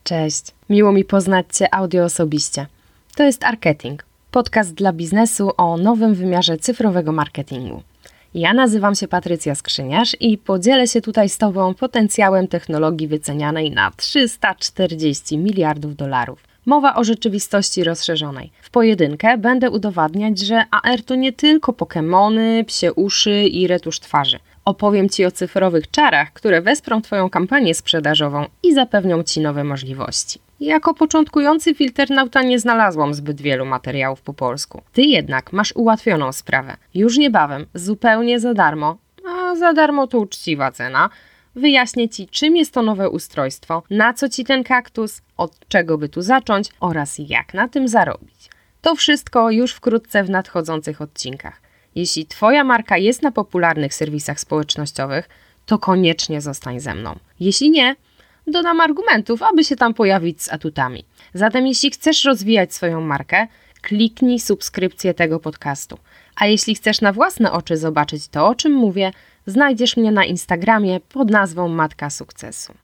Cześć, miło mi poznać Cię audio osobiście. To jest Arketing, podcast dla biznesu o nowym wymiarze cyfrowego marketingu. Ja nazywam się Patrycja Skrzyniarz i podzielę się tutaj z Tobą potencjałem technologii wycenianej na 340 miliardów dolarów. Mowa o rzeczywistości rozszerzonej. W pojedynkę będę udowadniać, że AR to nie tylko Pokemony, psie uszy i retusz twarzy. Opowiem Ci o cyfrowych czarach, które wesprą Twoją kampanię sprzedażową i zapewnią Ci nowe możliwości. Jako początkujący filternauta nie znalazłam zbyt wielu materiałów po polsku. Ty jednak masz ułatwioną sprawę. Już niebawem, zupełnie za darmo, a za darmo to uczciwa cena, wyjaśnię Ci, czym jest to nowe ustrojstwo, na co Ci ten kaktus, od czego by tu zacząć oraz jak na tym zarobić. To wszystko już wkrótce w nadchodzących odcinkach. Jeśli Twoja marka jest na popularnych serwisach społecznościowych, to koniecznie zostań ze mną. Jeśli nie, dodam argumentów, aby się tam pojawić z atutami. Zatem jeśli chcesz rozwijać swoją markę, kliknij subskrypcję tego podcastu. A jeśli chcesz na własne oczy zobaczyć to, o czym mówię, znajdziesz mnie na Instagramie pod nazwą Matka Sukcesu.